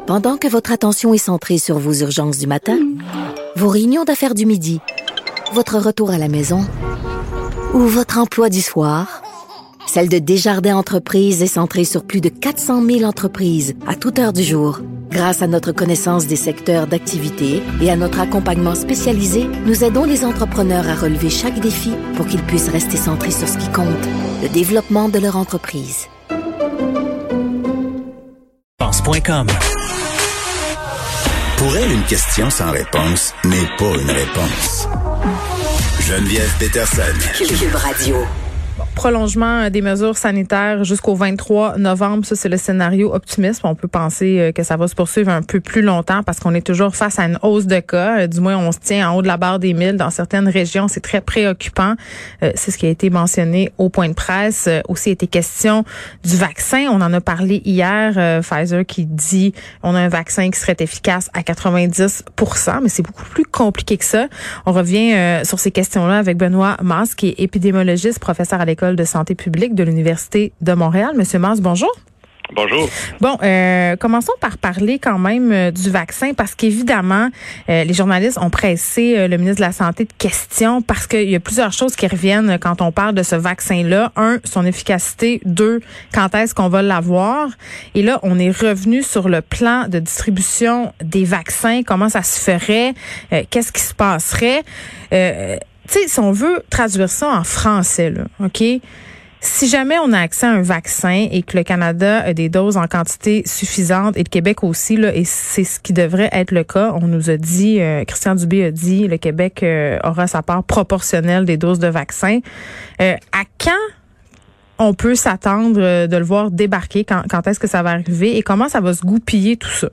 Pendant que votre attention est centrée sur vos urgences du matin, vos réunions d'affaires du midi, votre retour à la maison ou votre emploi du soir, celle de Desjardins Entreprises est centrée sur plus de 400 000 entreprises à toute heure du jour. Grâce à notre connaissance des secteurs d'activité et à notre accompagnement spécialisé, nous aidons les entrepreneurs à relever chaque défi pour qu'ils puissent rester centrés sur ce qui compte, le développement de leur entreprise. Pense.com. Pour elle, une question sans réponse n'est pas une réponse. Geneviève Peterson. Cube Radio. Prolongement des mesures sanitaires jusqu'au 23 novembre. Ça, c'est le scénario optimiste. On peut penser que ça va se poursuivre un peu plus longtemps parce qu'on est toujours face à une hausse de cas. Du moins, on se tient en haut de la barre des 1000 dans certaines régions. C'est très préoccupant. C'est ce qui a été mentionné au point de presse. Aussi, il a été question du vaccin. On en a parlé hier. Pfizer qui dit on a un vaccin qui serait efficace à 90%, mais c'est beaucoup plus compliqué que ça. On revient sur ces questions-là avec Benoît Masse, qui est épidémiologiste, professeur à l'École de santé publique de l'Université de Montréal. Monsieur Masse, bonjour. Bonjour. Bon, commençons par parler quand même du vaccin parce qu'évidemment, les journalistes ont pressé le ministre de la Santé de questions parce qu'il y a plusieurs choses qui reviennent quand on parle de ce vaccin-là. Un, son efficacité. Deux, quand est-ce qu'on va l'avoir? Et là, on est revenu sur le plan de distribution des vaccins. Comment ça se ferait? Qu'est-ce qui se passerait? Tu sais, si on veut traduire ça en français, là, OK? Si jamais on a accès à un vaccin et que le Canada a des doses en quantité suffisante et le Québec aussi, là, et c'est ce qui devrait être le cas, on nous a dit, Christian Dubé a dit, le Québec aura sa part proportionnelle des doses de vaccin. À quand on peut s'attendre de le voir débarquer? Quand est-ce que ça va arriver et comment ça va se goupiller tout ça?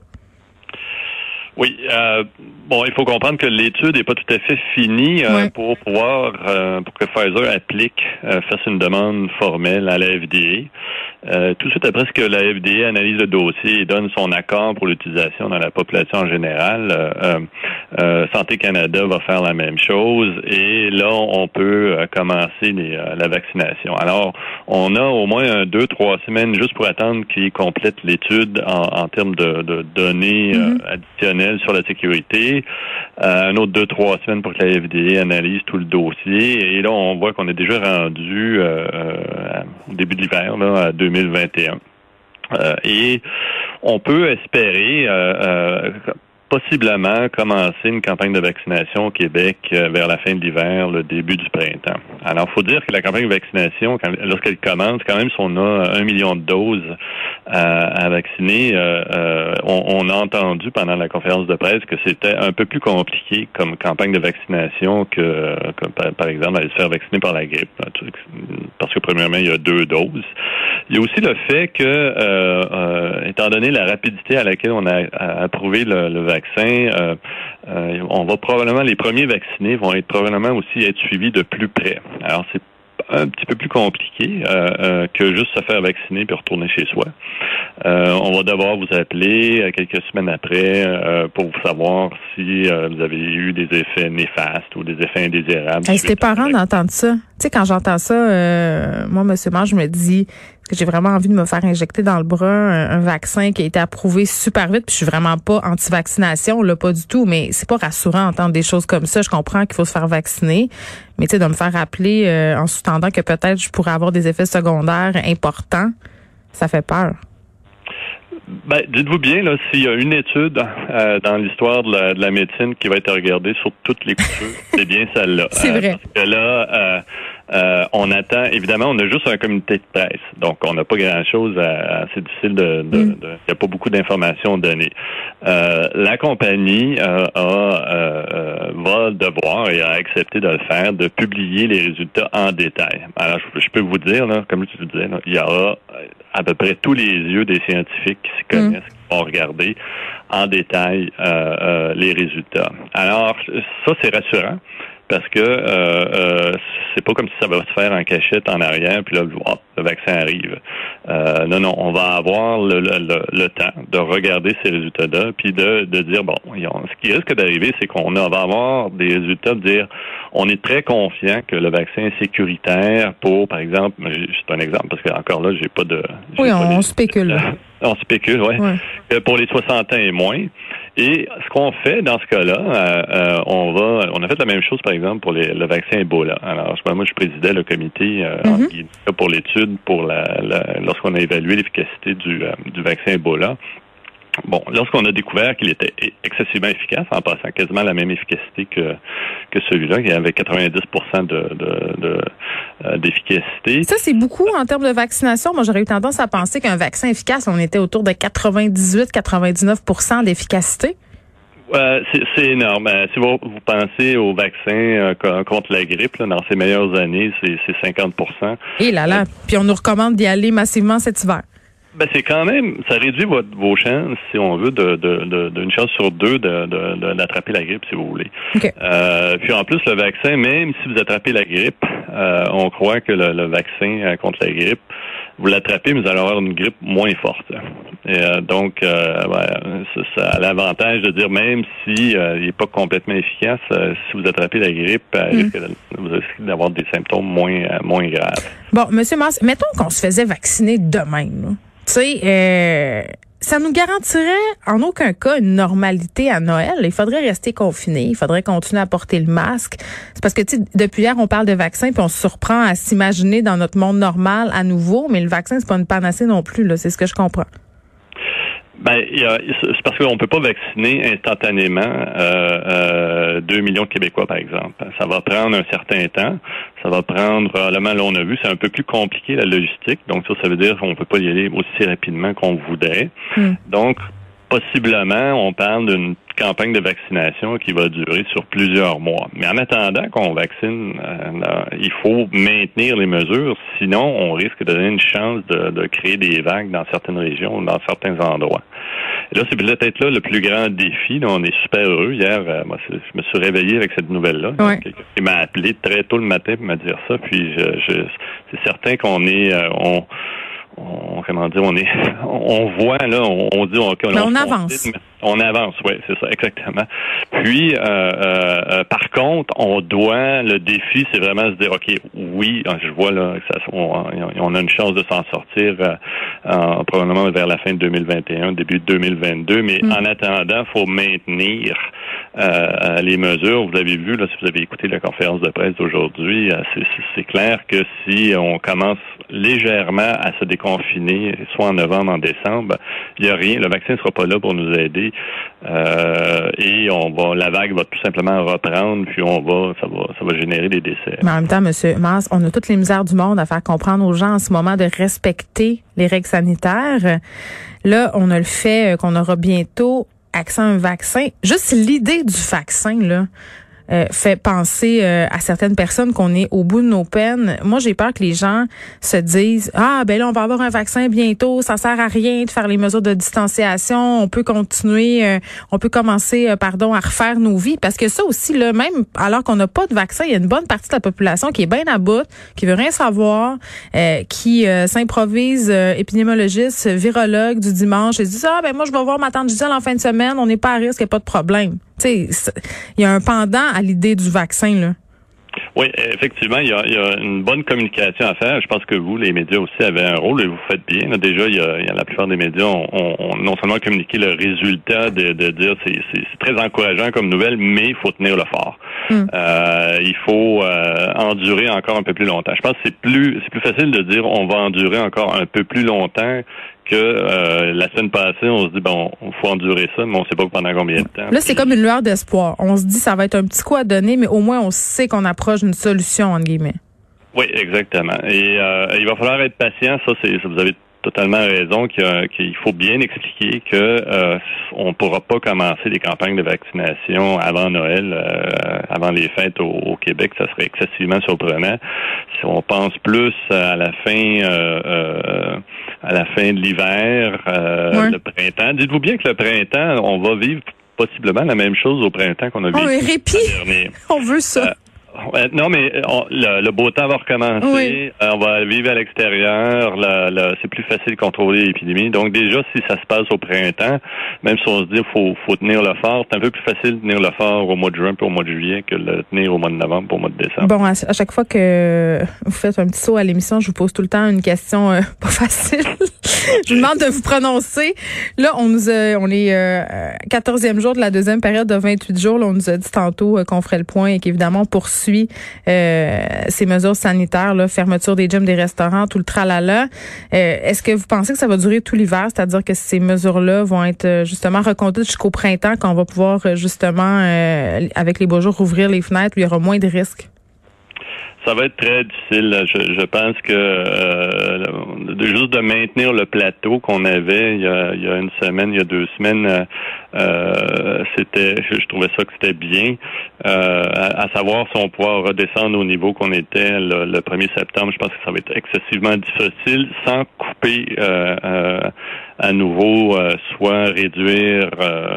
Oui, il faut comprendre que l'étude n'est pas tout à fait finie pour pouvoir, pour que Pfizer applique, fasse une demande formelle à la FDA. Tout de suite après ce que la FDA analyse le dossier et donne son accord pour l'utilisation dans la population en général, Santé Canada va faire la même chose et là, on peut commencer la vaccination. Alors, on a au moins 2-3 semaines juste pour attendre qu'ils complètent l'étude en termes de données additionnelles sur la sécurité. Un autre 2-3 semaines pour que la FDA analyse tout le dossier. Et là, on voit qu'on est déjà rendu au début de l'hiver, là, à 2021. Et on peut espérer possiblement commencer une campagne de vaccination au Québec vers la fin de l'hiver, le début du printemps. Alors, il faut dire que la campagne de vaccination, lorsqu'elle commence, quand même, si on a 1 million de doses à vacciner, on a entendu pendant la conférence de presse que c'était un peu plus compliqué comme campagne de vaccination que par exemple, aller se faire vacciner par la grippe. Parce que, premièrement, il y a 2 doses. Il y a aussi le fait que, étant donné la rapidité à laquelle on a approuvé le vaccin, on va probablement, les premiers vaccinés vont probablement aussi être suivis de plus près. Alors, c'est un petit peu plus compliqué que juste se faire vacciner puis retourner chez soi. On va devoir vous appeler quelques semaines après pour savoir si vous avez eu des effets néfastes ou des effets indésirables. Hey, c'était parent d'entendre ça. Tu sais, quand j'entends ça, moi, monsieur Mange, je me dis que j'ai vraiment envie de me faire injecter dans le bras un vaccin qui a été approuvé super vite. Puis je suis vraiment pas anti-vaccination, là, pas du tout. Mais c'est pas rassurant d'entendre des choses comme ça. Je comprends qu'il faut se faire vacciner. Mais tu sais, de me faire appeler en sous-tendant que peut-être je pourrais avoir des effets secondaires importants, ça fait peur. Ben, dites-vous bien, là, s'il y a une étude dans l'histoire de la médecine qui va être regardée sur toutes les coutures, c'est bien celle-là. C'est vrai. Parce que là, on attend, évidemment, on a juste un communiqué de presse, donc on n'a pas grand-chose c'est difficile il n'y a pas beaucoup d'informations données. La compagnie va devoir et a accepté de le faire, de publier les résultats en détail. Alors, je peux vous dire, là, comme je vous disais, là, il y aura à peu près tous les yeux des scientifiques qui s'y connaissent, qui vont regarder en détail les résultats. Alors, ça, c'est rassurant. Parce que c'est pas comme si ça va se faire en cachette en arrière, puis là, le vaccin arrive. Non, on va avoir le temps de regarder ces résultats-là, puis de dire, bon, ce qui risque d'arriver, c'est qu'on va avoir des résultats de dire, on est très confiant que le vaccin est sécuritaire pour, par exemple, c'est un exemple, parce que encore là, j'ai pas de... Oui, on spécule. On spécule, oui. Ouais. que pour les 60 ans et moins. Et ce qu'on fait dans ce cas-là, on a fait la même chose, par exemple, pour le vaccin Ebola. Alors, moi, je présidais le comité pour l'étude lorsqu'on a évalué l'efficacité du vaccin Ebola. Bon, lorsqu'on a découvert qu'il était excessivement efficace, en passant quasiment la même efficacité que celui-là, qui avait 90% d'efficacité. Ça, c'est beaucoup en termes de vaccination. Moi, j'aurais eu tendance à penser qu'un vaccin efficace, on était autour de 98-99% d'efficacité. C'est énorme. Si vous pensez au vaccin contre la grippe, là, dans ses meilleures années, c'est 50%. Et là, puis on nous recommande d'y aller massivement cet hiver. Ben c'est quand même, ça réduit vos chances, si on veut, d'une chance sur deux d'attraper la grippe, si vous voulez. Okay. Puis en plus, le vaccin, même si vous attrapez la grippe, on croit que le vaccin contre la grippe, vous l'attrapez, mais vous allez avoir une grippe moins forte. Et donc, ça a l'avantage de dire, même si il n'est pas complètement efficace, si vous attrapez la grippe, vous risquez d'avoir des symptômes moins graves. Bon, Monsieur Masse, mettons qu'on se faisait vacciner demain, là. Tu sais, ça nous garantirait en aucun cas une normalité à Noël. Il faudrait rester confiné, il faudrait continuer à porter le masque. C'est parce que, tu sais, depuis hier, on parle de vaccin, puis on se surprend à s'imaginer dans notre monde normal à nouveau, mais le vaccin, c'est pas une panacée non plus, là, c'est ce que je comprends. Ben, c'est parce qu'on peut pas vacciner instantanément 2 millions de Québécois, par exemple. Ça va prendre un certain temps. Ça va prendre, probablement, là, on a vu, c'est un peu plus compliqué, la logistique. Donc, ça veut dire qu'on peut pas y aller aussi rapidement qu'on voudrait. Donc, possiblement, on parle d'une campagne de vaccination qui va durer sur plusieurs mois. Mais en attendant qu'on vaccine, il faut maintenir les mesures, sinon on risque de donner une chance de créer des vagues dans certaines régions ou dans certains endroits. Et là, c'est peut-être là le plus grand défi. Là, on est super heureux. Hier, moi, je me suis réveillé avec cette nouvelle-là. Ouais. Quelqu'un qui m'a appelé très tôt le matin pour me dire ça. Puis c'est certain qu'on est... on voit là, on dit on avance. On avance, oui, c'est ça, exactement. Puis, par contre, le défi, c'est vraiment se dire, OK, oui, je vois là, on a une chance de s'en sortir probablement vers la fin de 2021, début de 2022, mais en attendant, il faut maintenir les mesures. Vous l'avez vu, là, si vous avez écouté la conférence de presse d'aujourd'hui, c'est clair que si on commence légèrement à se déconfiner, soit en novembre, en décembre, il n'y a rien, le vaccin ne sera pas là pour nous aider. Et la vague va tout simplement reprendre, puis ça va générer des décès. Mais en même temps, M. Masse, on a toutes les misères du monde à faire comprendre aux gens en ce moment de respecter les règles sanitaires. Là, on a le fait qu'on aura bientôt accès à un vaccin. Juste l'idée du vaccin, là, fait penser à certaines personnes qu'on est au bout de nos peines. Moi, j'ai peur que les gens se disent ben là, on va avoir un vaccin bientôt, ça sert à rien de faire les mesures de distanciation, on peut continuer, on peut commencer à refaire nos vies. Parce que ça aussi, là, même alors qu'on n'a pas de vaccin, il y a une bonne partie de la population qui est bien à bout, qui veut rien savoir, qui s'improvise épidémiologiste, virologue du dimanche, et se dit ben moi je vais voir ma tante Gisèle en fin de semaine, on n'est pas à risque, il n'y a pas de problème. Tu sais, il y a un pendant à l'idée du vaccin, là. Oui, effectivement, il y a une bonne communication à faire. Je pense que vous, les médias aussi, avez un rôle et vous faites bien. Là, déjà, il y a la plupart des médias ont non seulement communiqué le résultat de dire c'est très encourageant comme nouvelle, mais il faut tenir le fort. Il faut endurer encore un peu plus longtemps. Je pense que c'est plus facile de dire on va endurer encore un peu plus longtemps que la semaine passée, on se dit, il faut endurer ça, mais on ne sait pas pendant combien de temps. Là, c'est comme une lueur d'espoir. On se dit, ça va être un petit coup à donner, mais au moins, on sait qu'on approche d'une solution, entre guillemets. Oui, exactement. Et il va falloir être patient. Ça, vous avez totalement raison qu'il faut bien expliquer que on pourra pas commencer des campagnes de vaccination avant Noël, avant les fêtes au Québec. Ça serait excessivement surprenant. Si on pense plus à la fin de l'hiver, le printemps. Dites-vous bien que le printemps, on va vivre possiblement la même chose au printemps qu'on a vécu un répit. l'année dernière. On veut ça. Non, mais le beau temps va recommencer. Oui. On va vivre à l'extérieur. C'est plus facile de contrôler l'épidémie. Donc déjà, si ça se passe au printemps, même si on se dit faut tenir le fort, c'est un peu plus facile de tenir le fort au mois de juin puis au mois de juillet que de le tenir au mois de novembre puis au mois de décembre. Bon, à chaque fois que vous faites un petit saut à l'émission, je vous pose tout le temps une question pas facile. Je vous demande de vous prononcer. Là, on est 14e jour de la deuxième période de 28 jours. Là, on nous a dit tantôt qu'on ferait le point et qu'évidemment, on poursuit ces mesures sanitaires, là, fermeture des gyms, des restaurants, tout le tralala. Est-ce que vous pensez que ça va durer tout l'hiver? C'est-à-dire que ces mesures-là vont être justement reconduites jusqu'au printemps, quand on va pouvoir justement, avec les beaux jours, ouvrir les fenêtres où il y aura moins de risques? Ça va être très difficile. Je pense que juste de maintenir le plateau qu'on avait il y a une semaine, il y a 2 semaines, je trouvais ça que c'était bien. À savoir si on pourra redescendre au niveau qu'on était le 1er septembre, je pense que ça va être excessivement difficile, sans couper à nouveau, soit réduire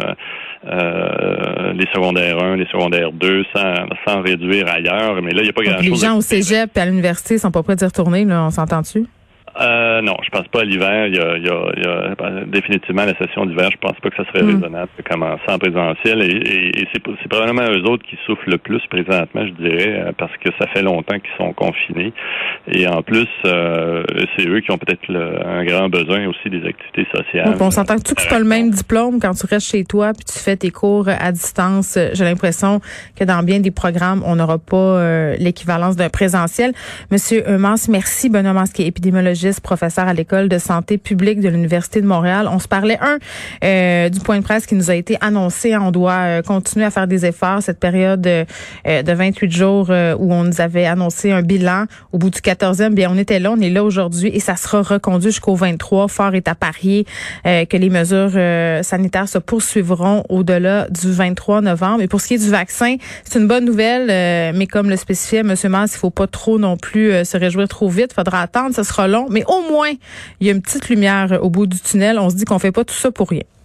les secondaires 1, les secondaires 2, sans réduire ailleurs. Mais là, il n'y a pas grand-chose. Les gens au cégep et à l'université sont pas prêts d'y retourner, là, on s'entend-tu? Non, je pense pas à l'hiver. Il y a définitivement la session d'hiver. Je pense pas que ça serait raisonnable de commencer en présentiel. Et c'est probablement eux autres qui souffrent le plus présentement, je dirais, parce que ça fait longtemps qu'ils sont confinés. Et en plus, c'est eux qui ont peut-être un grand besoin aussi des activités sociales. Donc, on s'entend que c'est pas le même diplôme quand tu restes chez toi puis tu fais tes cours à distance. J'ai l'impression que dans bien des programmes, on n'aura pas l'équivalence d'un présentiel. Monsieur Mance, merci. Benoît Mance, qui est épidémiologiste, professeur à l'École de santé publique de l'Université de Montréal. On se parlait, du point de presse qui nous a été annoncé. On doit continuer à faire des efforts cette période de 28 jours où on nous avait annoncé un bilan au bout du 14e. Bien, on était là, on est là aujourd'hui et ça sera reconduit jusqu'au 23. Fort est à parier que les mesures sanitaires se poursuivront au-delà du 23 novembre. Et pour ce qui est du vaccin, c'est une bonne nouvelle, mais comme le spécifiait M. Mance, il faut pas trop non plus se réjouir trop vite. Faudra attendre, ce sera long. Mais au moins, il y a une petite lumière au bout du tunnel. On se dit qu'on fait pas tout ça pour rien.